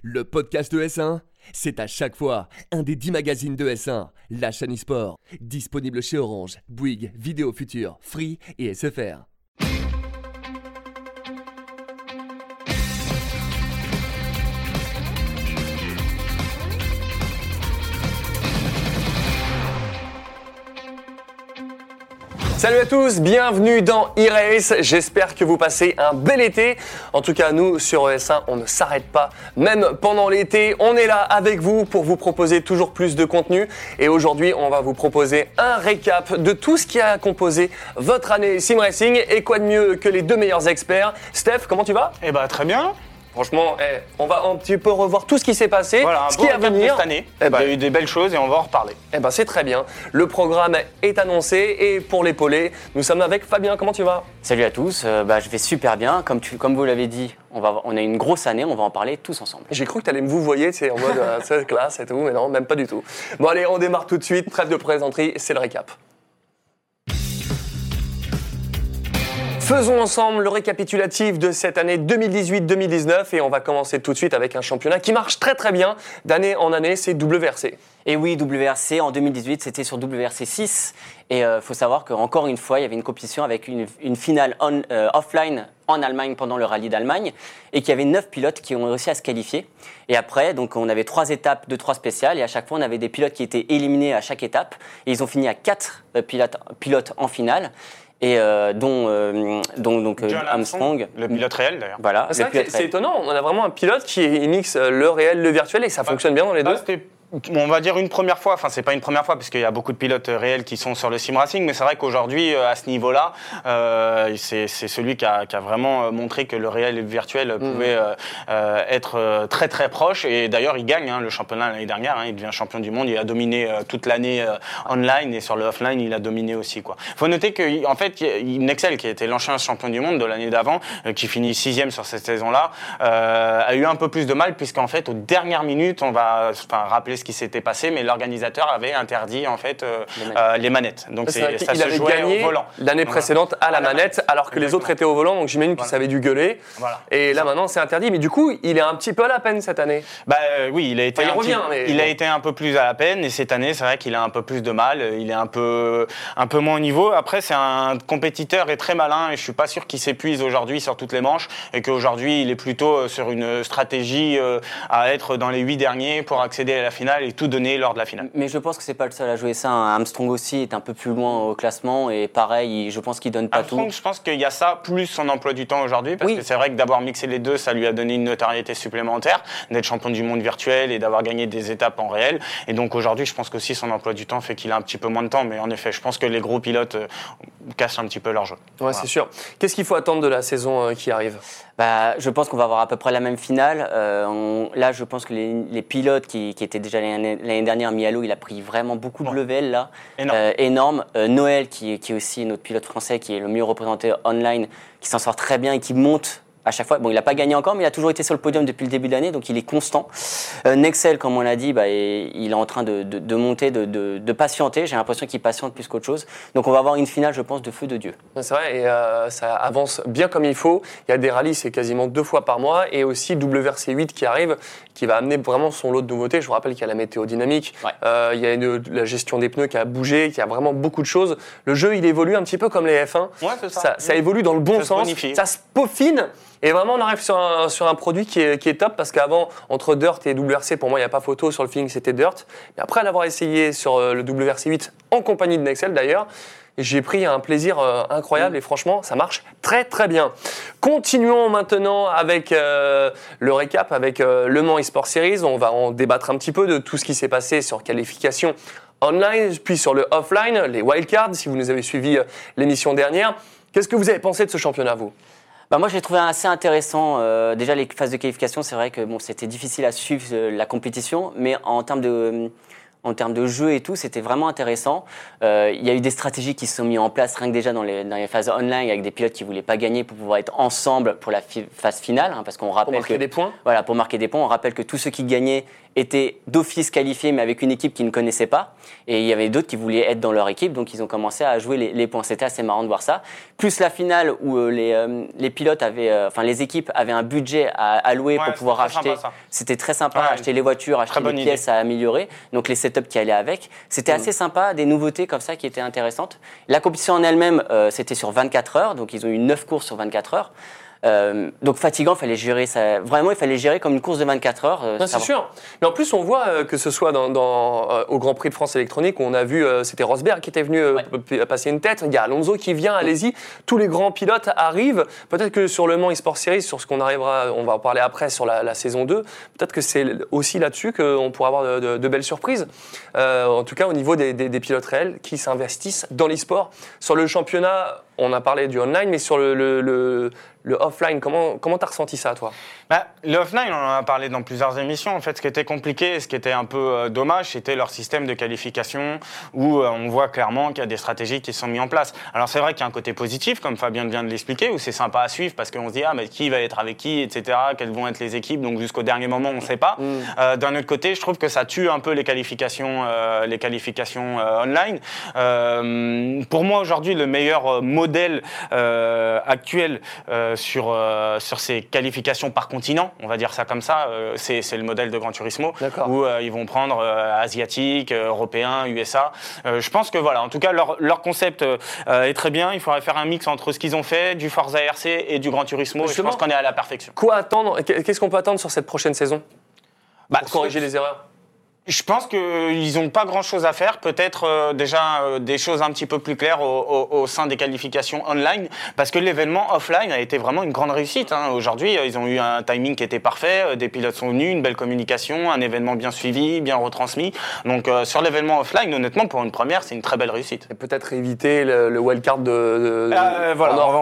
Le podcast de S1, c'est à chaque fois un des 10 magazines de S1, la chaîne e-sport, disponible chez Orange, Bouygues, Vidéo Future, Free et SFR. Salut à tous, bienvenue dans e-Race, j'espère que vous passez un bel été. En tout cas, nous, sur ES1, on ne s'arrête pas, même pendant l'été. On est là avec vous pour vous proposer toujours plus de contenu. Et aujourd'hui, on va vous proposer un récap de tout ce qui a composé votre année Sim Racing. Et quoi de mieux que les deux meilleurs experts. Steph, comment tu vas ? Eh ben très bien. Franchement, on va un petit peu revoir tout ce qui s'est passé, Voilà, ce qui est à venir. Cette année. Il y a eu des belles choses et on va en reparler. C'est très bien. Le programme est annoncé et pour l'épauler, nous sommes avec Fabien. Comment tu vas ? Salut à tous, je vais super bien. Comme vous l'avez dit, on a une grosse année, on va en parler tous ensemble. J'ai cru que tu allais me vous voyer, en mode c'est classe et tout, mais non, même pas du tout. Bon allez, on démarre tout de suite. Trêve de plaisanterie, c'est le récap. Faisons ensemble le récapitulatif de cette année 2018-2019 et on va commencer tout de suite avec un championnat qui marche très très bien d'année en année, c'est WRC. Et oui, WRC en 2018, c'était sur WRC 6 et faut savoir qu'encore une fois, il y avait une compétition avec une finale offline en Allemagne pendant le rallye d'Allemagne et qu'il y avait 9 pilotes qui ont réussi à se qualifier. Et après, donc on avait 3 étapes de 3 spéciales et à chaque fois, on avait des pilotes qui étaient éliminés à chaque étape et ils ont fini à 4 pilotes en finale. Et dont John Armstrong, le pilote réel d'ailleurs. Voilà, c'est étonnant, on a vraiment un pilote qui mixe le réel, le virtuel et ça fonctionne bien dans les deux. On va dire une première fois, enfin c'est pas une première fois parce qu'il y a beaucoup de pilotes réels qui sont sur le sim racing, mais c'est vrai qu'aujourd'hui à ce niveau-là, c'est celui qui a vraiment montré que le réel et le virtuel pouvaient être très très proches. Et d'ailleurs il gagne le championnat l'année dernière, il devient champion du monde, il a dominé toute l'année online et sur le offline il a dominé aussi quoi. Faut noter que en fait Nexel qui était l'ancien champion du monde de l'année d'avant, qui finit 6e sur cette saison-là, a eu un peu plus de mal puisqu'en fait aux dernières minutes on va rappeler ce qui s'était passé, mais l'organisateur avait interdit en fait les manettes. Donc ça se jouait au volant. L'année précédente à la manette, alors que les autres étaient au volant. Donc j'imagine que ça avait dû gueuler. Voilà. Et là maintenant c'est interdit. Mais du coup, il est un petit peu à la peine cette année. Oui, il a été. Il a été un peu plus à la peine. Et cette année, c'est vrai qu'il a un peu plus de mal. Il est un peu moins au niveau. Après, c'est un compétiteur et très malin. Et je suis pas sûr qu'il s'épuise aujourd'hui sur toutes les manches. Et qu'aujourd'hui, il est plutôt sur une stratégie à être dans les 8 derniers pour accéder à la finale et tout donner lors de la finale. Mais je pense que c'est pas le seul à jouer ça. Armstrong aussi est un peu plus loin au classement et pareil, je pense qu'il donne pas Armstrong, tout. Je pense qu'il y a ça plus son emploi du temps aujourd'hui parce que c'est vrai que d'avoir mixé les deux, ça lui a donné une notoriété supplémentaire, d'être champion du monde virtuel et d'avoir gagné des étapes en réel. Et donc aujourd'hui, je pense qu'aussi son emploi du temps fait qu'il a un petit peu moins de temps. Mais en effet, je pense que les gros pilotes cassent un petit peu leur jeu. Ouais, voilà. C'est sûr. Qu'est-ce qu'il faut attendre de la saison qui arrive ? Je pense qu'on va avoir à peu près la même finale. Là, je pense que les pilotes qui étaient déjà l'année dernière, Mialo, il a pris vraiment beaucoup de level là, énorme. Noël, qui est aussi notre pilote français, qui est le mieux représenté online, qui s'en sort très bien et qui monte à chaque fois. Bon, il n'a pas gagné encore, mais il a toujours été sur le podium depuis le début de l'année, donc il est constant. Nexel, comme on l'a dit, il est en train de monter, de patienter. J'ai l'impression qu'il patiente plus qu'autre chose. Donc on va avoir une finale, je pense, de feu de Dieu. C'est vrai, et ça avance bien comme il faut. Il y a des rallyes, c'est quasiment 2 fois par mois, et aussi WRC 8 qui arrive, qui va amener vraiment son lot de nouveautés. Je vous rappelle qu'il y a la météo dynamique, il y a la gestion des pneus qui a bougé, qu'il y a vraiment beaucoup de choses. Le jeu, il évolue un petit peu comme les F1. Ouais, c'est ça. Ça évolue dans le bon sens, ça se peaufine. Et vraiment, on arrive sur un produit qui est top parce qu'avant, entre Dirt et WRC, pour moi, il n'y a pas photo. Sur le feeling, c'était Dirt. Mais après l'avoir essayé sur le WRC 8, en compagnie de Nexel d'ailleurs, j'ai pris un plaisir incroyable et franchement, ça marche très très bien. Continuons maintenant avec le récap, avec Le Mans eSport Series. On va en débattre un petit peu de tout ce qui s'est passé sur qualification online, puis sur le offline, les wildcards, si vous nous avez suivi l'émission dernière. Qu'est-ce que vous avez pensé de ce championnat, vous ? Moi, je l'ai trouvé assez intéressant. Déjà, les phases de qualification, c'est vrai que c'était difficile à suivre la compétition, mais en termes en termes de jeu et tout, c'était vraiment intéressant. Il y a eu des stratégies qui se sont mises en place rien que déjà dans les phases online avec des pilotes qui ne voulaient pas gagner pour pouvoir être ensemble pour la phase finale, parce qu'on rappelle pour marquer des points. Voilà, pour marquer des points. On rappelle que tous ceux qui gagnaient étaient d'office qualifiés, mais avec une équipe qu'ils ne connaissaient pas. Et il y avait d'autres qui voulaient être dans leur équipe, donc ils ont commencé à jouer les points. C'était assez marrant de voir ça. Plus la finale où les pilotes les équipes avaient un budget à allouer pour pouvoir acheter. C'était très sympa, acheter les voitures, acheter les pièces à améliorer. Donc les setups qui allaient avec. C'était assez sympa, des nouveautés comme ça qui étaient intéressantes. La compétition en elle-même, c'était sur 24 heures, donc ils ont eu 9 courses sur 24 heures. Donc fatigant, il fallait gérer ça. Vraiment, il fallait gérer comme une course de 24 heures. C'est sûr. Mais en plus, on voit que ce soit au Grand Prix de France électronique où on a vu, c'était Rosberg qui était venu passer une tête. Il y a Alonso qui vient, allez-y. Tous les grands pilotes arrivent. Peut-être que sur le Mans eSport Series, sur ce qu'on arrivera, on va en parler après sur la saison 2. Peut-être que c'est aussi là-dessus qu'on pourra avoir de belles surprises. En tout cas, au niveau des pilotes réels qui s'investissent dans l'e-sport. Sur le championnat, on a parlé du online, mais sur le offline, comment t'as ressenti ça, toi ? Le offline, on en a parlé dans plusieurs émissions. En fait, ce qui était compliqué, ce qui était un peu dommage, c'était leur système de qualification où on voit clairement qu'il y a des stratégies qui sont mises en place. Alors, c'est vrai qu'il y a un côté positif, comme Fabien vient de l'expliquer, où c'est sympa à suivre parce qu'on se dit, mais qui va être avec qui, etc., quelles vont être les équipes. Donc, jusqu'au dernier moment, on ne sait pas. D'un autre côté, je trouve que ça tue un peu les qualifications online. Pour moi, aujourd'hui, le meilleur modèle actuel sur ces qualifications par continent, on va dire ça comme ça, c'est le modèle de Gran Turismo, où ils vont prendre asiatiques, européens, USA. Je pense que voilà, en tout cas, leur concept est très bien. Il faudrait faire un mix entre ce qu'ils ont fait, du Forza RC et du Gran Turismo. Et je pense qu'on est à la perfection. Quoi attendre ? Qu'est-ce qu'on peut attendre sur cette prochaine saison pour corriger les erreurs ? Je pense qu'ils n'ont pas grand-chose à faire. Peut-être déjà des choses un petit peu plus claires au sein des qualifications online, parce que l'événement offline a été vraiment une grande réussite. Aujourd'hui, ils ont eu un timing qui était parfait, des pilotes sont venus, une belle communication, un événement bien suivi, bien retransmis. Donc sur l'événement offline, honnêtement, pour une première, c'est une très belle réussite. Et peut-être éviter le wildcard voilà,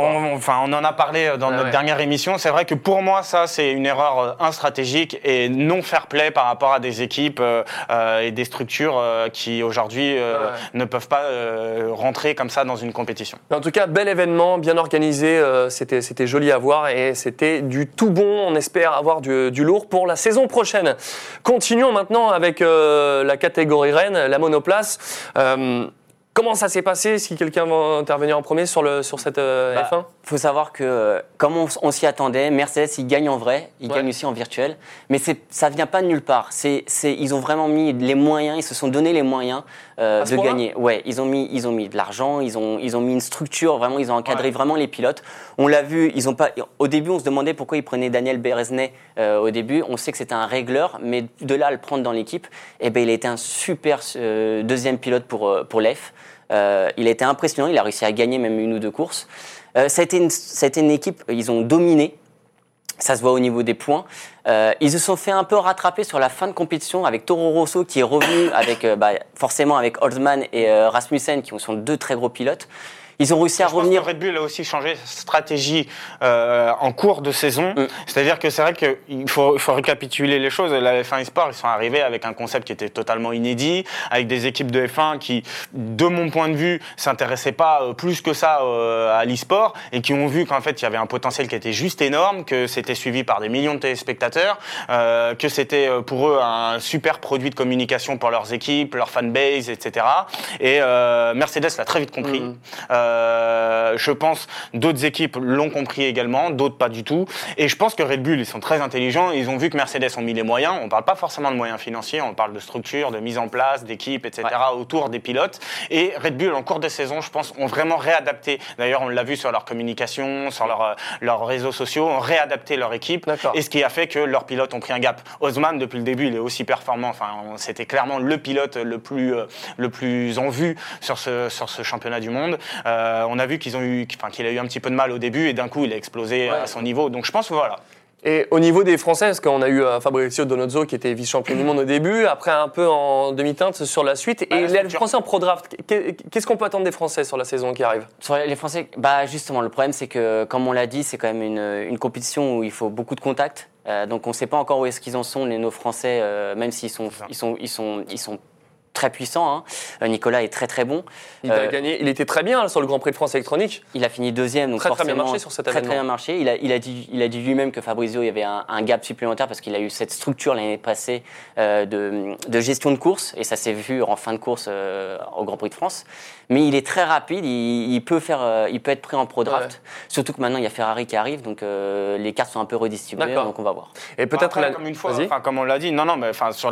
on en a parlé dans notre dernière émission. C'est vrai que pour moi, ça, c'est une erreur stratégique et non fair-play par rapport à des équipes et des structures qui aujourd'hui ne peuvent pas rentrer comme ça dans une compétition. Mais en tout cas, bel événement, bien organisé, c'était joli à voir et c'était du tout bon. On espère avoir du lourd pour la saison prochaine. Continuons maintenant avec la catégorie reine, la monoplace. Comment ça s'est passé? Si quelqu'un va intervenir en premier sur cette F1? Il faut savoir que, comme on s'y attendait, Mercedes, ils gagnent en vrai, ils gagnent aussi en virtuel. Mais ça ne vient pas de nulle part. Ils ont vraiment mis les moyens, ils se sont donné les moyens de gagner. Ouais, ils ont mis de l'argent, ils ont mis une structure, vraiment, ils ont encadré vraiment les pilotes. On l'a vu, au début, on se demandait pourquoi ils prenaient Daniel Bereznay au début. On sait que c'était un régleur, mais de là à le prendre dans l'équipe, il a été un super deuxième pilote pour l'F. Il a été impressionnant, il a réussi à gagner même une ou deux courses. Ça a été une équipe, ils ont dominé, ça se voit au niveau des points. Ils se sont fait un peu rattraper sur la fin de compétition avec Toro Rosso qui est revenu forcément avec Holtzmann et Rasmussen qui sont deux très gros pilotes. Ils ont réussi à revenir. Je pense que Red Bull a aussi changé sa stratégie en cours de saison. C'est-à-dire que c'est vrai qu'il faut récapituler les choses. La F1 eSport, ils sont arrivés avec un concept qui était totalement inédit, avec des équipes de F1 qui, de mon point de vue, s'intéressaient pas plus que ça à l'e-sport et qui ont vu qu'en fait, il y avait un potentiel qui était juste énorme, que c'était suivi par des millions de téléspectateurs, que c'était pour eux un super produit de communication pour leurs équipes, leur fanbase, etc. Et Mercedes l'a très vite compris. Je pense d'autres équipes l'ont compris également, d'autres pas du tout. Et je pense que Red Bull, ils sont très intelligents. Ils ont vu que Mercedes ont mis les moyens. On ne parle pas forcément de moyens financiers, on parle de structure, de mise en place, d'équipes, etc. autour des pilotes. Et Red Bull, en cours de saison, je pense, ont vraiment réadapté. D'ailleurs, on l'a vu sur leur communication, sur leurs réseaux sociaux, ont réadapté leur équipe. Et ce qui a fait que leurs pilotes ont pris un gap. Osman, depuis le début, il est aussi performant. Enfin, c'était clairement le pilote le plus en vue sur ce championnat du monde. On a vu qu'il a eu un petit peu de mal au début et d'un coup il a explosé à son niveau. Donc je pense que voilà. Et au niveau des Français, parce qu'on a eu Fabrizio Donozzo qui était vice-champion du monde au début, après un peu en demi-teinte sur la suite. Et les Français en pro-draft, qu'est-ce qu'on peut attendre des Français sur la saison qui arrive? Sur les Français, justement, le problème c'est que, comme on l'a dit, c'est quand même une compétition où il faut beaucoup de contacts. Donc on ne sait pas encore où est-ce qu'ils en sont, nos Français, même s'ils sont très puissant. Nicolas est très très bon. Il a gagné. Il était très bien sur le Grand Prix de France électronique. Il a fini deuxième, donc très bien marché sur cet événement. Très bien marché. Il a dit lui-même que Fabrizio, il y avait un gap supplémentaire parce qu'il a eu cette structure l'année passée de gestion de course et ça s'est vu en fin de course au Grand Prix de France. Mais il est très rapide, il peut être pris en pro draft. Surtout que maintenant il y a Ferrari qui arrive, donc les cartes sont un peu redistribuées, donc on va voir. Et peut-être comme une fois, comme on l'a dit, mais sur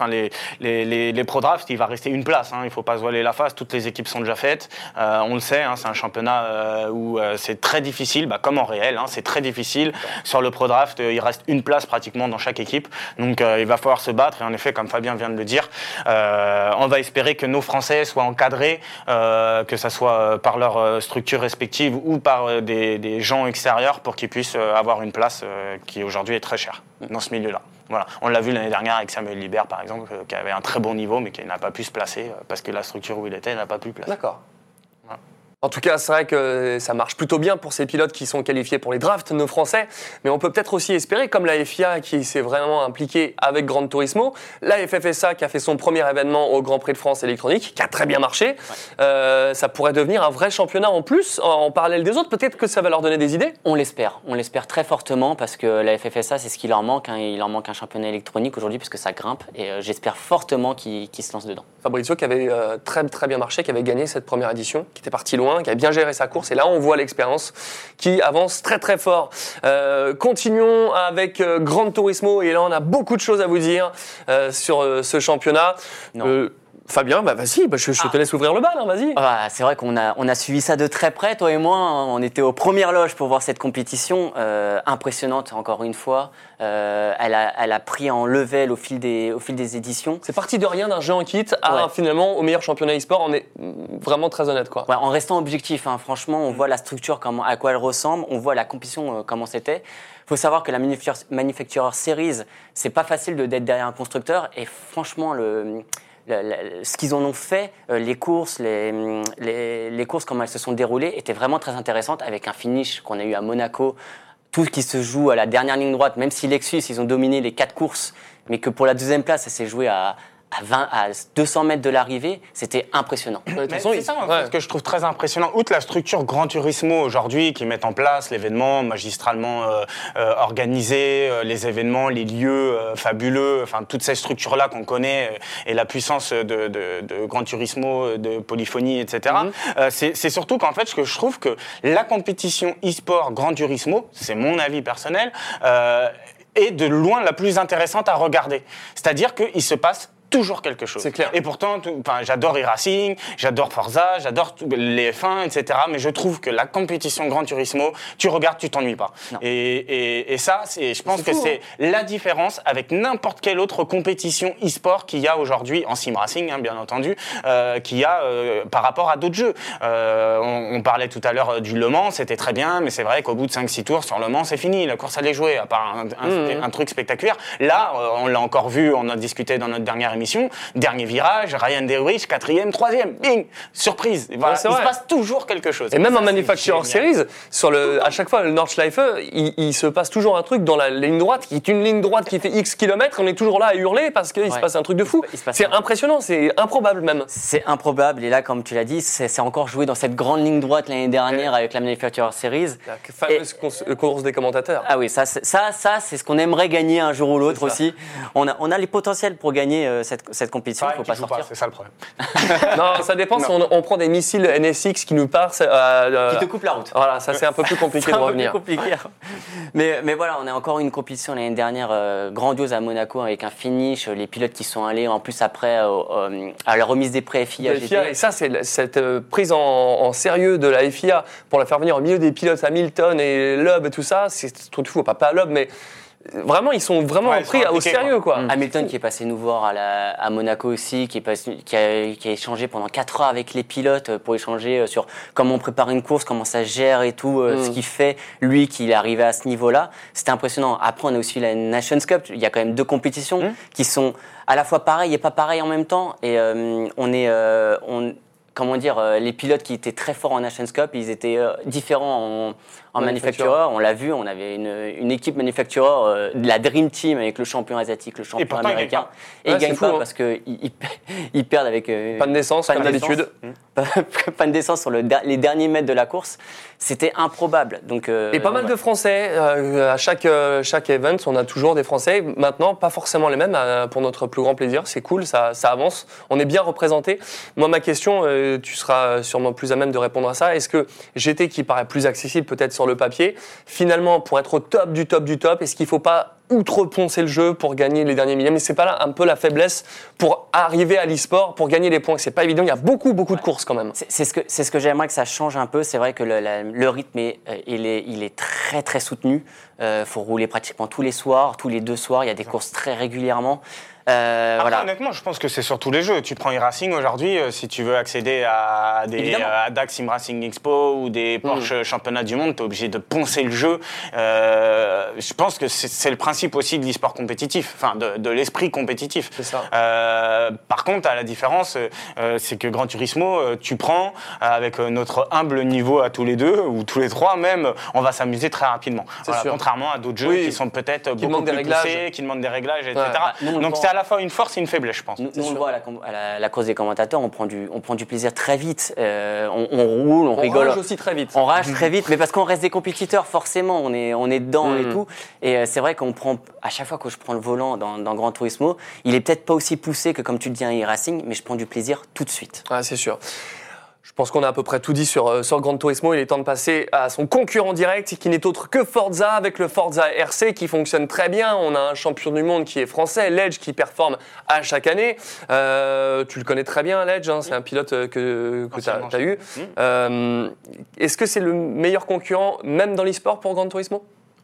les pro draft, il va rester une place. Il ne faut pas se voiler la face. Toutes les équipes sont déjà faites. On le sait, c'est un championnat où c'est très difficile, comme en réel, c'est très difficile. Sur le pro draft, il reste une place pratiquement dans chaque équipe, donc il va falloir se battre. Et en effet, comme Fabien vient de le dire, on va espérer que nos Français soient encadrés. Que ça soit par leur structure respective ou par des gens extérieurs pour qu'ils puissent avoir une place qui aujourd'hui est très chère dans ce milieu-là. Voilà. On l'a vu l'année dernière avec Samuel Libert, par exemple, qui avait un très bon niveau mais qui n'a pas pu se placer parce que la structure où il était n'a pas pu le placer. D'accord. En tout cas, c'est vrai que ça marche plutôt bien pour ces pilotes qui sont qualifiés pour les drafts, nos Français. Mais on peut peut-être aussi espérer, comme la FIA qui s'est vraiment impliquée avec Gran Turismo, la FFSA qui a fait son premier événement au Grand Prix de France électronique, qui a très bien marché, ça pourrait devenir un vrai championnat en plus, en parallèle des autres. Peut-être que ça va leur donner des idées. On l'espère très fortement parce que la FFSA, c'est ce qu'il leur manque. Il leur manque un championnat électronique aujourd'hui parce que ça grimpe et j'espère fortement qu'ils se lancent dedans. Fabrizio qui avait très très bien marché, qui avait gagné cette première édition, qui était parti loin, qui a bien géré sa course et là on voit l'expérience qui avance très très fort. Continuons avec Gran Turismo et là on a beaucoup de choses à vous dire sur ce championnat. Fabien, vas-y, je te laisse ouvrir le bal, vas-y. C'est vrai qu'on a suivi ça de très près, toi et moi. On était aux premières loges pour voir cette compétition. Impressionnante, encore une fois. Elle a pris en level au fil des éditions. C'est parti de rien, d'un jeu en kit à finalement au meilleur championnat e-sport. On est vraiment très honnête, quoi. Ouais, en restant objectif, franchement, on voit la structure, à quoi elle ressemble. On voit la compétition, comment c'était. Il faut savoir que la Manufacturer Series, c'est pas facile d'être derrière un constructeur. Et franchement, ce qu'ils en ont fait, les courses, les courses, comment elles se sont déroulées, étaient vraiment très intéressantes avec un finish qu'on a eu à Monaco. Tout qui se joue à la dernière ligne droite, même si Lexus, ils ont dominé les 4 courses, mais que pour la deuxième place, ça s'est joué à 200 mètres de l'arrivée, c'était impressionnant. C'est ça, ce que je trouve très impressionnant. Outre la structure Gran Turismo aujourd'hui, qui met en place l'événement magistralement organisé, les événements, les lieux fabuleux, toutes ces structures-là qu'on connaît, et la puissance de Gran Turismo, de polyphonie, etc. C'est surtout qu'en fait, ce que je trouve que la compétition e-sport Gran Turismo, c'est mon avis personnel, est de loin la plus intéressante à regarder. C'est-à-dire qu'il se passe toujours quelque chose. C'est clair. Et pourtant, j'adore e-racing, j'adore Forza, j'adore les F1, etc. Mais je trouve que la compétition Gran Turismo, tu regardes, tu t'ennuies pas. Et ça, je pense que c'est la différence avec n'importe quelle autre compétition e-sport qu'il y a aujourd'hui en sim racing, bien entendu, qu'il y a par rapport à d'autres jeux. On parlait tout à l'heure du Le Mans, c'était très bien, mais c'est vrai qu'au bout de 5-6 tours sur Le Mans, c'est fini, la course allait jouer, à part un truc spectaculaire. Là, on l'a encore vu, on a discuté dans notre dernière émission, dernier virage, Ryan Derrich, 4e, 3e, bing, surprise. Voilà, il se passe toujours quelque chose. Et même en Manufacturer Series, à chaque fois, le Nordschleife, il se passe toujours un truc dans la ligne droite, qui est une ligne droite qui fait X kilomètres, on est toujours là à hurler parce qu'il se passe un truc de fou. C'est impressionnant, c'est improbable même. C'est improbable, et là, comme tu l'as dit, c'est encore joué dans cette grande ligne droite l'année dernière avec la Manufacturer Series. La fameuse course des commentateurs. Ah oui, ça c'est ce qu'on aimerait gagner un jour ou l'autre aussi. On a les potentiels pour gagner cette compétition, il ne faut pas sortir. C'est ça le problème. Non, ça dépend si on prend des missiles NSX qui nous passent. Qui te coupent la route. Voilà, ça c'est un peu plus compliqué de revenir. Mais voilà, on a encore une compétition l'année dernière grandiose à Monaco avec un finish, les pilotes qui sont allés en plus après à la remise des prix FIA. Et ça, c'est cette prise en sérieux de la FIA pour la faire venir au milieu des pilotes Hamilton et Loeb et tout ça, c'est trop de fou. Pas Loeb, mais vraiment, ils sont vraiment pris au sérieux, quoi. Hamilton qui est passé nous voir à Monaco aussi, qui a échangé pendant 4 heures avec les pilotes pour échanger sur comment on prépare une course, comment ça gère et tout, ce qu'il fait, lui, qu'il est arrivé à ce niveau-là. C'était impressionnant. Après, on a aussi la Nations Cup. Il y a quand même 2 compétitions qui sont à la fois pareilles et pas pareilles en même temps. Et comment dire, les pilotes qui étaient très forts en Nations Cup, ils étaient différents en manufactureur. On l'a vu, on avait une équipe manufactureur de la Dream Team avec le champion asiatique, le champion américain. Et ils gagnent pas parce qu'ils perdent avec... Panne d'essence, comme d'habitude. Panne d'essence sur les derniers mètres de la course. C'était improbable. Donc, et pas mal de Français. À chaque event, on a toujours des Français. Maintenant, pas forcément les mêmes, pour notre plus grand plaisir. C'est cool, ça avance. On est bien représenté. Moi, ma question, tu seras sûrement plus à même de répondre à ça. Est-ce que GT, qui paraît plus accessible peut-être sur le papier, finalement, pour être au top du top du top, est-ce qu'il ne faut pas outreponcer le jeu pour gagner les derniers millièmes? Mais c'est pas là un peu la faiblesse pour arriver à l'e-sport, pour gagner les points? C'est pas évident, il y a beaucoup de courses quand même. C'est ce que j'aimerais que ça change un peu. C'est vrai que le rythme, il est très très soutenu. Faut rouler pratiquement tous les soirs, tous les 2 soirs. Il y a des courses très régulièrement. Après, honnêtement, je pense que c'est sur tous les jeux. Tu prends e-Racing aujourd'hui, si tu veux accéder à des DAX Sim Racing Expo ou des Porsche Championnat du Monde, tu es obligé de poncer le jeu. Je pense que c'est le principe aussi de l'e-sport compétitif, enfin de l'esprit compétitif. C'est ça. Par contre, à la différence, c'est que Gran Turismo, tu prends avec notre humble niveau à tous les deux, ou tous les trois même, on va s'amuser très rapidement. Voilà, contrairement à d'autres jeux qui sont peut-être beaucoup plus poussés, qui demandent des réglages, etc. Donc c'est à la fois une force et une faiblesse, je pense. Nous on le voit à la cause des commentateurs, on prend du plaisir très vite. On roule, on rigole. On rage aussi très vite. On rage très vite, mais parce qu'on reste des compétiteurs, forcément, on est dedans et tout. Et c'est vrai qu'on prend, à chaque fois que je prends le volant dans Gran Turismo, il est peut-être pas aussi poussé que comme tu le dis un e-racing, mais je prends du plaisir tout de suite. Ah, c'est sûr. Je pense qu'on a à peu près tout dit sur Gran Turismo. Il est temps de passer à son concurrent direct, qui n'est autre que Forza, avec le Forza RC qui fonctionne très bien. On a un champion du monde qui est français, Ledge, qui performe à chaque année. Tu le connais très bien, Ledge, hein, c'est un pilote que tu as eu. Est-ce que c'est le meilleur concurrent, même dans l'e-sport, pour Gran Turismo?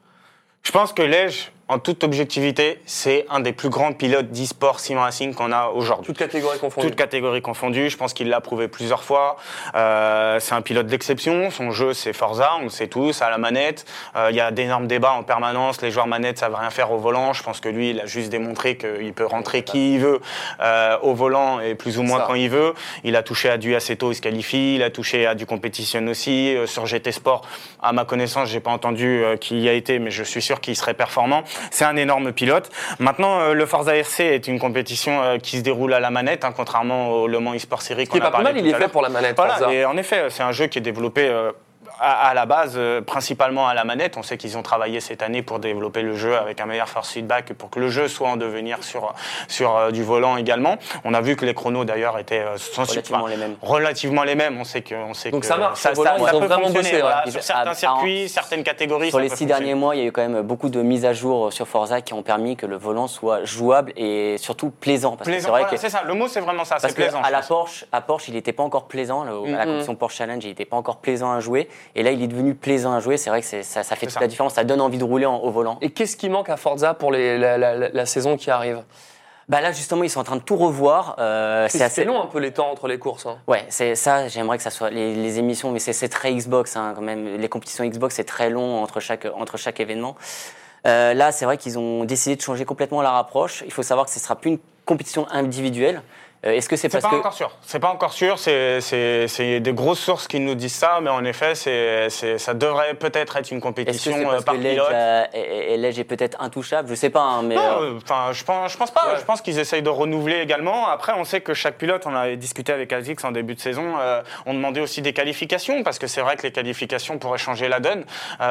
Je pense que Ledge, en toute objectivité, c'est un des plus grands pilotes d'e-sport sim racing qu'on a aujourd'hui. Toutes catégories confondues. Toutes catégories confondues. Je pense qu'il l'a prouvé plusieurs fois. C'est un pilote d'exception. Son jeu, c'est Forza, on le sait tous, à la manette. Il y a d'énormes débats en permanence. Les joueurs manettes savent rien faire au volant. Je pense que lui, il a juste démontré qu'il peut rentrer qui il veut au volant et plus ou moins quand il veut. Il a touché à du Assetto, il se qualifie. Il a touché à du Competition aussi. Sur GT Sport, à ma connaissance, j'ai pas entendu qui y a été, mais je suis sûr qu'il serait performant. C'est un énorme pilote. Maintenant, le Forza RC est une compétition qui se déroule à la manette, hein, contrairement au Le Mans eSport Series qu'on a parlé tout à l'heure. Il est fait pour la manette. Voilà, et en effet, c'est un jeu qui est développé à la base, principalement à la manette. On sait qu'ils ont travaillé cette année pour développer le jeu avec un meilleur force feedback pour que le jeu soit en devenir sur du volant également. On a vu que les chronos d'ailleurs étaient relativement les mêmes. On sait que donc ça marche. Ça peut vraiment fonctionner. Sur certains circuits, certaines catégories. Sur les 6 derniers mois, il y a eu quand même beaucoup de mises à jour sur Forza qui ont permis que le volant soit jouable et surtout plaisant. Parce que c'est vrai que c'est ça. Le mot, c'est vraiment ça. C'est plaisant. À Porsche, il n'était pas encore plaisant. À la compétition Porsche Challenge, il n'était pas encore plaisant à jouer. Et là, il est devenu plaisant à jouer. C'est vrai que ça fait toute la différence. Ça donne envie de rouler au volant. Et qu'est-ce qui manque à Forza pour la saison qui arrive? Là, justement, ils sont en train de tout revoir. C'est assez long un peu les temps entre les courses. Hein. Ouais, c'est ça. J'aimerais que ça soit les émissions, mais c'est très Xbox hein, quand même. Les compétitions Xbox, c'est très long entre chaque événement. Là, c'est vrai qu'ils ont décidé de changer complètement la approche. Il faut savoir que ce ne sera plus une compétition individuelle. Est-ce que c'est parce que... C'est pas encore sûr. C'est des grosses sources qui nous disent ça, mais en effet, ça devrait peut-être être une compétition par pilote. Ledge est peut-être intouchable, je sais pas. Hein, mais non, je pense pas. Ouais. Je pense qu'ils essayent de renouveler également. Après, on sait que chaque pilote, on avait discuté avec Azix en début de saison, on demandait aussi des qualifications, parce que c'est vrai que les qualifications pourraient changer la donne.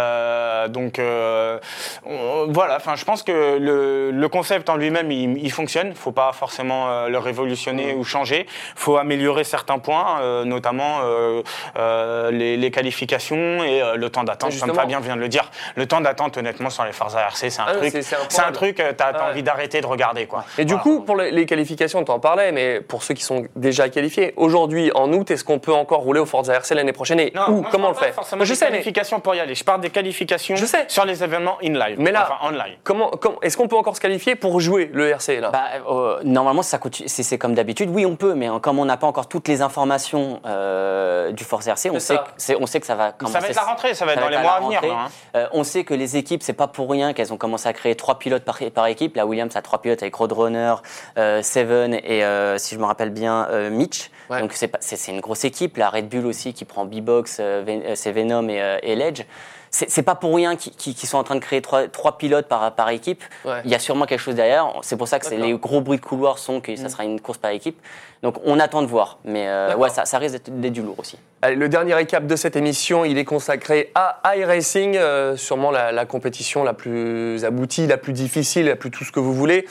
Voilà. Je pense que le concept en lui-même, il fonctionne. Faut pas forcément le révolutionner ou changer. Il faut améliorer certains points, notamment les qualifications et le temps d'attente, comme Fabien vient de le dire. Le temps d'attente, honnêtement, sur les Forza RC, c'est un truc, t'as envie d'arrêter de regarder. Quoi. Et du coup, pour les qualifications, t'en parlais, mais pour ceux qui sont déjà qualifiés, aujourd'hui, en août, est-ce qu'on peut encore rouler au Forza RC l'année prochaine et comment on le fait? Je sais, qualifications pour y aller. Je parle des qualifications sur les événements in-live. Mais là, online. Est-ce qu'on peut encore se qualifier pour jouer le RC là? Normalement, c'est comme d'habitude. d'habitude, oui, on peut, mais comme on n'a pas encore toutes les informations du Force RC, on sait que ça va commencer. Ça va être la rentrée, ça va être dans les mois à venir. On sait que les équipes, c'est pas pour rien qu'elles ont commencé à créer 3 pilotes par équipe. Là, Williams a 3 pilotes avec Roadrunner, Seven et, si je me rappelle bien, Mitch. Ouais. Donc c'est une grosse équipe. La Red Bull aussi qui prend B-Box, c'est Venom et Ledge. C'est pas pour rien qu'ils sont en train de créer 3 pilotes par équipe. Ouais. Il y a sûrement quelque chose derrière. C'est pour ça que les gros bruits de couloir sont que ça sera une course par équipe. Donc on attend de voir. Mais ça risque d'être du lourd aussi. Allez, le dernier récap de cette émission, il est consacré à iRacing, sûrement la compétition la plus aboutie, la plus difficile, la plus tout ce que vous voulez.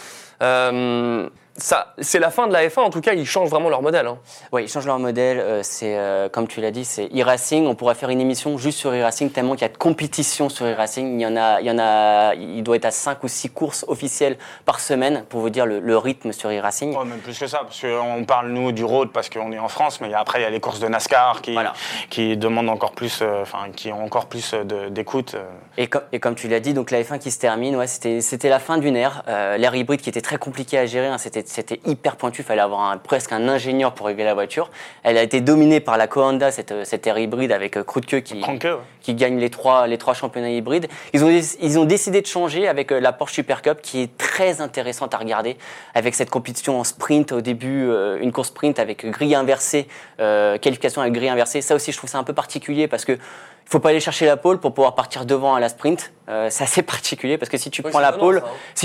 C'est la fin de la F1, en tout cas, ils changent vraiment leur modèle. Hein. Oui, ils changent leur modèle. Comme tu l'as dit, c'est iRacing. On pourrait faire une émission juste sur iRacing, tellement qu'il y a de compétition sur iRacing. Il doit être à 5 ou 6 courses officielles par semaine, pour vous dire le rythme sur iRacing. Ouais, même plus que ça, parce qu'on parle, nous, du road, parce qu'on est en France, mais après, il y a les courses de NASCAR qui demandent encore plus, qui ont encore plus d'écoute. Et comme tu l'as dit, donc la F1 qui se termine, c'était la fin d'une ère. L'ère hybride qui était très compliquée à gérer, c'était hyper pointu, il fallait avoir presque un ingénieur pour régler la voiture. Elle a été dominée par la Coanda, cette ère hybride avec Krutke qui gagne les trois championnats hybrides. Ils ont décidé de changer avec la Porsche Super Cup qui est très intéressante à regarder, avec cette compétition en sprint au début, une course sprint avec grille inversée, qualification avec grille inversée. Ça aussi, je trouve ça un peu particulier parce que il faut pas aller chercher la pole pour pouvoir partir devant à la sprint. C'est assez particulier parce que si tu prends la pole,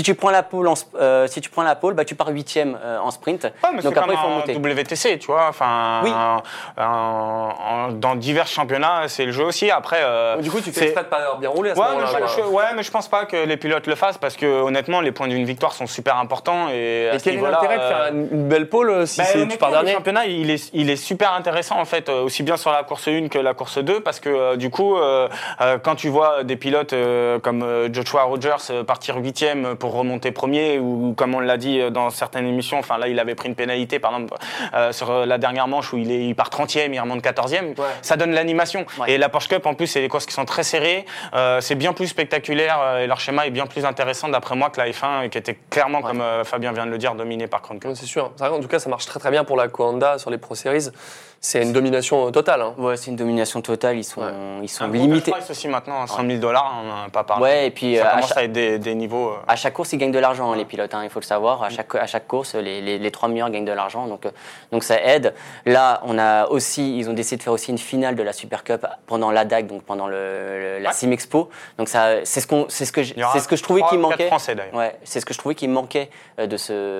bah tu pars 8e en sprint. Ouais, mais donc après il faut monter. WTC, tu vois. Enfin, oui. Dans divers championnats, c'est le jeu aussi. Après, du coup, tu fais exprès de pas bien rouler à ce moment-là. Mais je pense pas que les pilotes le fassent parce que honnêtement, les points d'une victoire sont super importants. Et quel est l'intérêt de faire une belle pole si tu pars dernier ? Le championnat, il est super intéressant en fait, aussi bien sur la course 1 que la course 2, parce que du coup, quand tu vois des pilotes comme Joshua Rogers partir 8e pour remonter premier, ou comme on l'a dit dans certaines émissions, enfin là il avait pris une pénalité par exemple sur la dernière manche où il part 30e, il remonte 14e, ça donne l'animation. Et la Porsche Cup en plus, c'est des courses qui sont très serrées, c'est bien plus spectaculaire et leur schéma est bien plus intéressant d'après moi que la F1 qui était clairement, comme Fabien vient de le dire, dominée par Krönke. C'est sûr, en tout cas ça marche très très bien pour la Coanda sur les Pro Series. C'est une domination totale. Hein. Ouais, c'est une domination totale. Ils sont limités. Un aussi maintenant, $100 000, on n'en a pas parlé. Ouais, et puis ça commence à être des niveaux. À chaque course, ils gagnent de l'argent, les pilotes. Il faut le savoir. À chaque course, les 3 meilleurs gagnent de l'argent. Donc ça aide. Là, ils ont décidé de faire aussi une finale de la Super Cup pendant l'ADAC, donc pendant la Sim Expo. Donc c'est ce que je trouvais qu'il manquait. Français, d'ailleurs. Ouais, c'est ce que je trouvais qu'il manquait de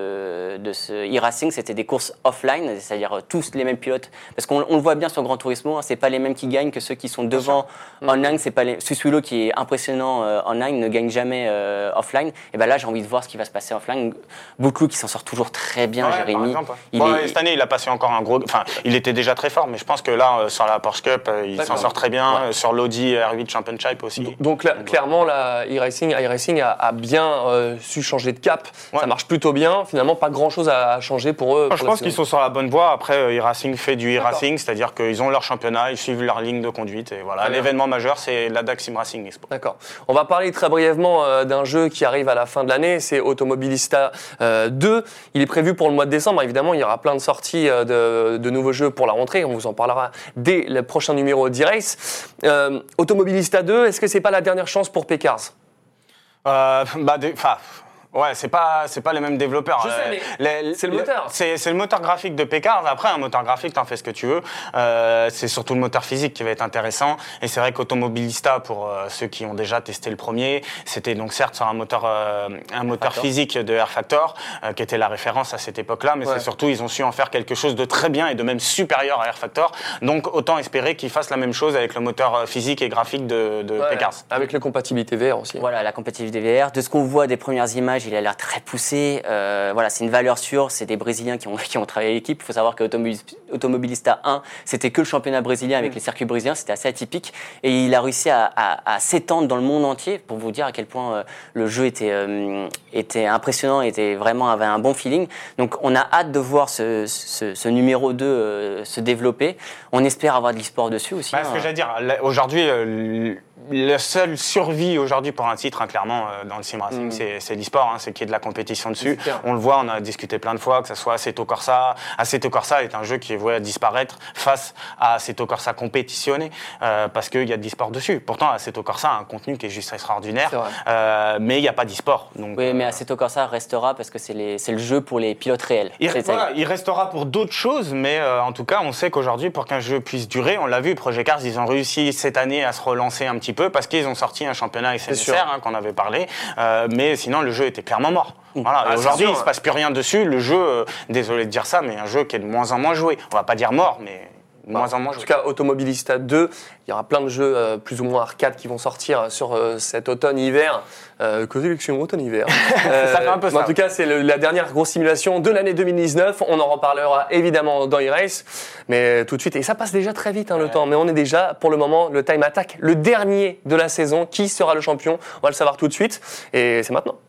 ce e-racing. C'était des courses offline, c'est-à-dire tous les mêmes pilotes. Parce qu'on le voit bien sur Gran Turismo, c'est pas les mêmes qui gagnent que ceux qui sont devant online. C'est pas Susulo qui est impressionnant online ne gagne jamais offline. Et ben là, j'ai envie de voir ce qui va se passer offline. Bouclou qui s'en sort toujours très bien, Jérémy. Cette année, il a passé encore un gros. Enfin, il était déjà très fort, mais je pense que là, sur la Porsche Cup, il s'en sort très bien. Sur l'Audi R8 Championship aussi. Donc clairement, la iRacing a bien su changer de cap. Ça marche plutôt bien. Finalement, pas grand-chose à changer pour eux. Je pense qu'ils sont sur la bonne voie. Après, iRacing fait du iRacing, c'est-à-dire qu'ils ont leur championnat, ils suivent leur ligne de conduite. Et voilà, l'événement majeur, c'est la DAC Sim Racing Expo. D'accord. On va parler très brièvement d'un jeu qui arrive à la fin de l'année, c'est Automobilista 2. Il est prévu pour le mois de décembre. Évidemment, il y aura plein de sorties de nouveaux jeux pour la rentrée. On vous en parlera dès le prochain numéro d'e-Race. Automobilista 2, est-ce que c'est pas la dernière chance pour Pecars ? Ouais, c'est pas les mêmes développeurs. Je sais, mais c'est le moteur. C'est le moteur graphique de Pecars. Après, un moteur graphique, t'en fais ce que tu veux. C'est surtout le moteur physique qui va être intéressant. Et c'est vrai qu'Automobilista, pour ceux qui ont déjà testé le premier, c'était donc certes sur un moteur physique de Air Factor, qui était la référence à cette époque-là, mais c'est surtout, ils ont su en faire quelque chose de très bien et de même supérieur à Air Factor. Donc, autant espérer qu'ils fassent la même chose avec le moteur physique et graphique de Pecars. Avec la compatibilité VR aussi. Voilà, la compatibilité VR. De ce qu'on voit des premières images, il a l'air très poussé. C'est une valeur sûre. C'est des Brésiliens qui ont travaillé à l'équipe. Il faut savoir Automobilista 1, c'était que le championnat brésilien avec les circuits brésiliens, c'était assez atypique. Et il a réussi à s'étendre dans le monde entier pour vous dire à quel point le jeu était impressionnant, avait un bon feeling. Donc on a hâte de voir ce numéro 2 se développer. On espère avoir de l'e-sport dessus aussi. Ce que j'allais dire, aujourd'hui, la seule survie aujourd'hui pour un titre, clairement, dans le sim racing, c'est l'e-sport, c'est qu'il y ait de la compétition dessus. On le voit, on a discuté plein de fois, que ce soit Assetto Corsa. Assetto Corsa est un jeu qui est voué à disparaître face à Assetto Corsa compétitionné, parce qu'il y a de l'e-sport dessus. Pourtant, Assetto Corsa a un contenu qui est juste extraordinaire, mais il n'y a pas d'e-sport. Oui, mais Assetto Corsa restera parce que c'est le jeu pour les pilotes réels. Il restera pour d'autres choses, mais en tout cas, on sait qu'aujourd'hui, pour qu'un jeu puisse durer, on l'a vu, Project Cars, ils ont réussi cette année à se relancer un petit peu parce qu'ils ont sorti un championnat SNSR qu'on avait parlé, mais sinon le jeu était clairement mort. Voilà. Aujourd'hui, il ne se passe plus rien dessus. Le jeu, désolé de dire ça, mais un jeu qui est de moins en moins joué. On va pas dire mort, mais moins en moins joué. En tout cas, Automobilista 2, il y aura plein de jeux plus ou moins arcade qui vont sortir sur cet automne-hiver. Collection automne-hiver. Ça fait un peu ça. En tout cas, c'est la dernière grosse simulation de l'année 2019. On en reparlera évidemment dans e-race, mais tout de suite. Et ça passe déjà très vite le temps. Mais on est déjà, pour le moment, le Time Attack, le dernier de la saison. Qui sera le champion? On va le savoir tout de suite. Et c'est maintenant.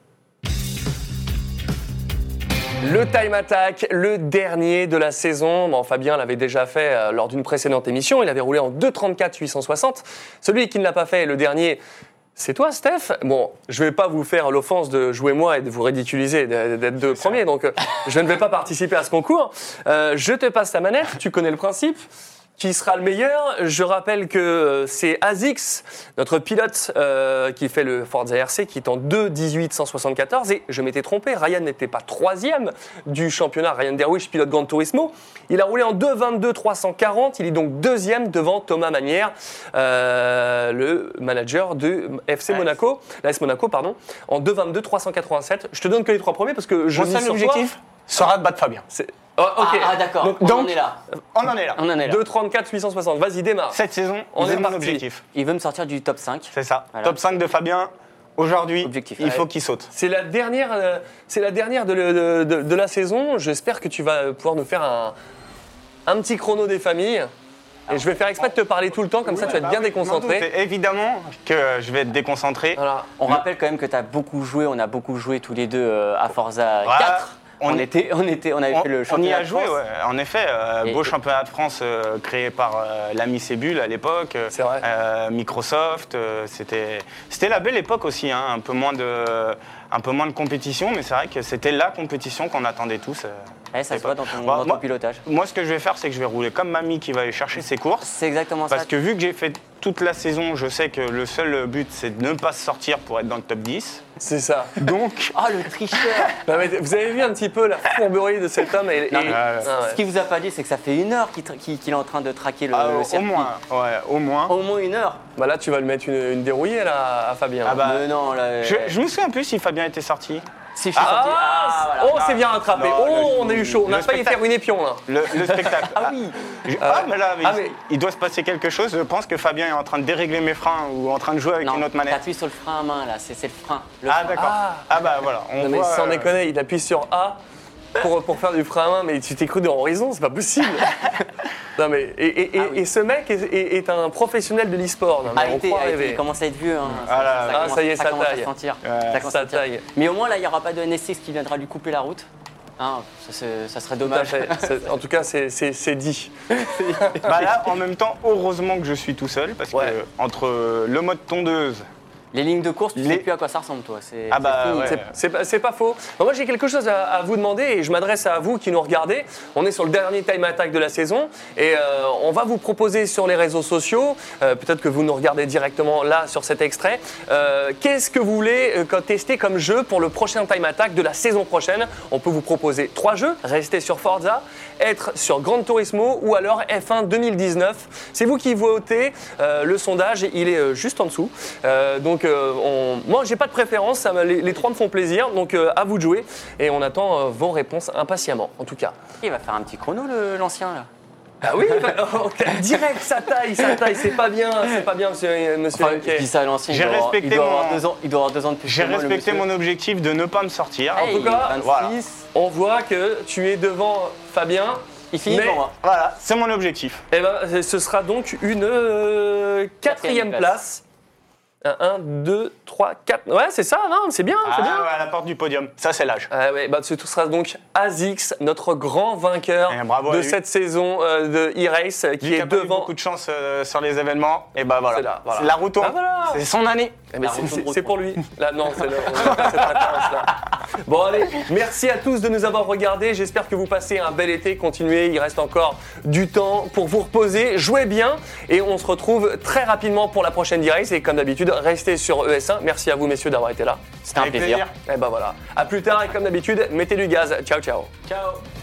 Le Time Attack, le dernier de la saison. Bon, Fabien l'avait déjà fait lors d'une précédente émission. Il avait roulé en 2.34 860. Celui qui ne l'a pas fait, le dernier, c'est toi, Steph. Bon, je ne vais pas vous faire l'offense de jouer moi et de vous ridiculiser, d'être deux premiers. Donc, je ne vais pas participer à ce concours. Je te passe ta manette. Tu connais le principe. Qui sera le meilleur? Je rappelle que c'est Azix, notre pilote qui fait le Forza RC, qui est en 2.18.174. Et je m'étais trompé, Ryan n'était pas 3e du championnat. Ryan Derwish, pilote Gran Turismo. Il a roulé en 2.22.340. Il est donc 2e devant Thomas Manière, le manager de FC Monaco, l'AS Monaco, pardon, en 2.22.387. Je te donne que les 3 premiers parce que je mise sur l'objectif sera de battre Fabien. D'accord, donc, on en est là. On en est là. 2.34 860. Vas-y, démarre. Cette saison, on est mon objectif. Il veut me sortir du top 5. C'est ça. Voilà. Top 5 de Fabien. Aujourd'hui, il faut qu'il saute. C'est la dernière, de la saison. J'espère que tu vas pouvoir nous faire un petit chrono des familles. Et je vais faire exprès de te parler tout le temps, comme ça tu vas être bien déconcentré. Évidemment que je vais être déconcentré. Voilà. On rappelle quand même que tu as beaucoup joué, on a beaucoup joué tous les deux à Forza 4. On avait fait le championnat de France. On y a joué, ouais. En effet. Beau championnat de France créé par l'ami Sébul à l'époque. C'est vrai. Microsoft. C'était la belle époque aussi. Un peu moins de compétition, mais c'est vrai que c'était la compétition qu'on attendait tous. Ça se voit dans ton pilotage. Moi, ce que je vais faire, c'est que je vais rouler comme mamie qui va aller chercher ses courses. C'est exactement ça. Parce que vu que j'ai fait toute la saison, je sais que le seul but, c'est de ne pas se sortir pour être dans le top 10. C'est ça. Donc... le tricheur. Vous avez vu un petit peu la fourberie de cet homme Ce qu'il vous a pas dit, c'est que ça fait 1 heure qu'il est en train de traquer le circuit. Au moins. Au moins 1 heure. Là, tu vas le mettre une dérouillée là, à Fabien. Mais non, là, je me souviens un peu si Fabien était sorti. Si je suis sorti. Voilà. C'est bien rattrapé. On a eu chaud. On a failli faire une épion là. Le spectacle. Il doit se passer quelque chose. Je pense que Fabien est en train de dérégler mes freins ou en train de jouer avec une autre manette. T'appuies sur le frein à main là, c'est le frein. D'accord. Voilà. Mais sans déconner, il appuie sur A pour faire du frein à main, mais tu t'es cru dans Horizon, c'est pas possible. Et ce mec est un professionnel de l'e-sport. Il commence à être vieux. Ça y est, ça commence à se sentir. Ça taille. Mais au moins là, il n'y aura pas de NSX qui viendra lui couper la route. Ça serait dommage. En tout cas, c'est dit. Là, en même temps, heureusement que je suis tout seul, parce que entre le mode tondeuse, les lignes de course, tu sais plus à quoi ça ressemble, toi. C'est pas faux. Moi, j'ai quelque chose à vous demander et je m'adresse à vous qui nous regardez. On est sur le dernier Time Attack de la saison et on va vous proposer sur les réseaux sociaux, peut-être que vous nous regardez directement là sur cet extrait, qu'est-ce que vous voulez tester comme jeu pour le prochain Time Attack de la saison prochaine. On peut vous proposer 3 jeux, rester sur Forza, être sur Gran Turismo ou alors F1 2019. C'est vous qui votez. Le sondage, il est juste en dessous. Donc, moi, j'ai pas de préférence. Les 3 me font plaisir. Donc, à vous de jouer. Et on attend vos réponses impatiemment, en tout cas. Il va faire un petit chrono, l'ancien, là. Ah oui, direct, ça taille, c'est pas bien, monsieur je dis ça à l'ancien, il doit avoir 2 ans de plus. J'ai respecté mon objectif de ne pas me sortir. En tout cas, on voit que tu es devant Fabien. Il finit pour moi. Voilà, c'est mon objectif. Et ben, ce sera donc une 4e place. 1, 2, 3, 4. Ouais, c'est ça, non, c'est bien. C'est bien. Ouais, à la porte du podium. Ça, c'est l'âge. Ouais, bah, ce sera donc Azix, notre grand vainqueur de cette saison de e-race, qui est devant. Beaucoup de chance sur les événements. Et bah voilà. C'est là, voilà. C'est la roue tourne. Ah, voilà. C'est son année. C'est pour lui. Là, non, c'est cette référence-là. Bon, allez, merci à tous de nous avoir regardés. J'espère que vous passez un bel été. Continuez, il reste encore du temps pour vous reposer. Jouez bien et on se retrouve très rapidement pour la prochaine e-race. Et comme d'habitude, restez sur ES1. Merci à vous, messieurs, d'avoir été là. C'était un plaisir. Et bah voilà. À plus tard et comme d'habitude, mettez du gaz. Ciao, ciao. Ciao.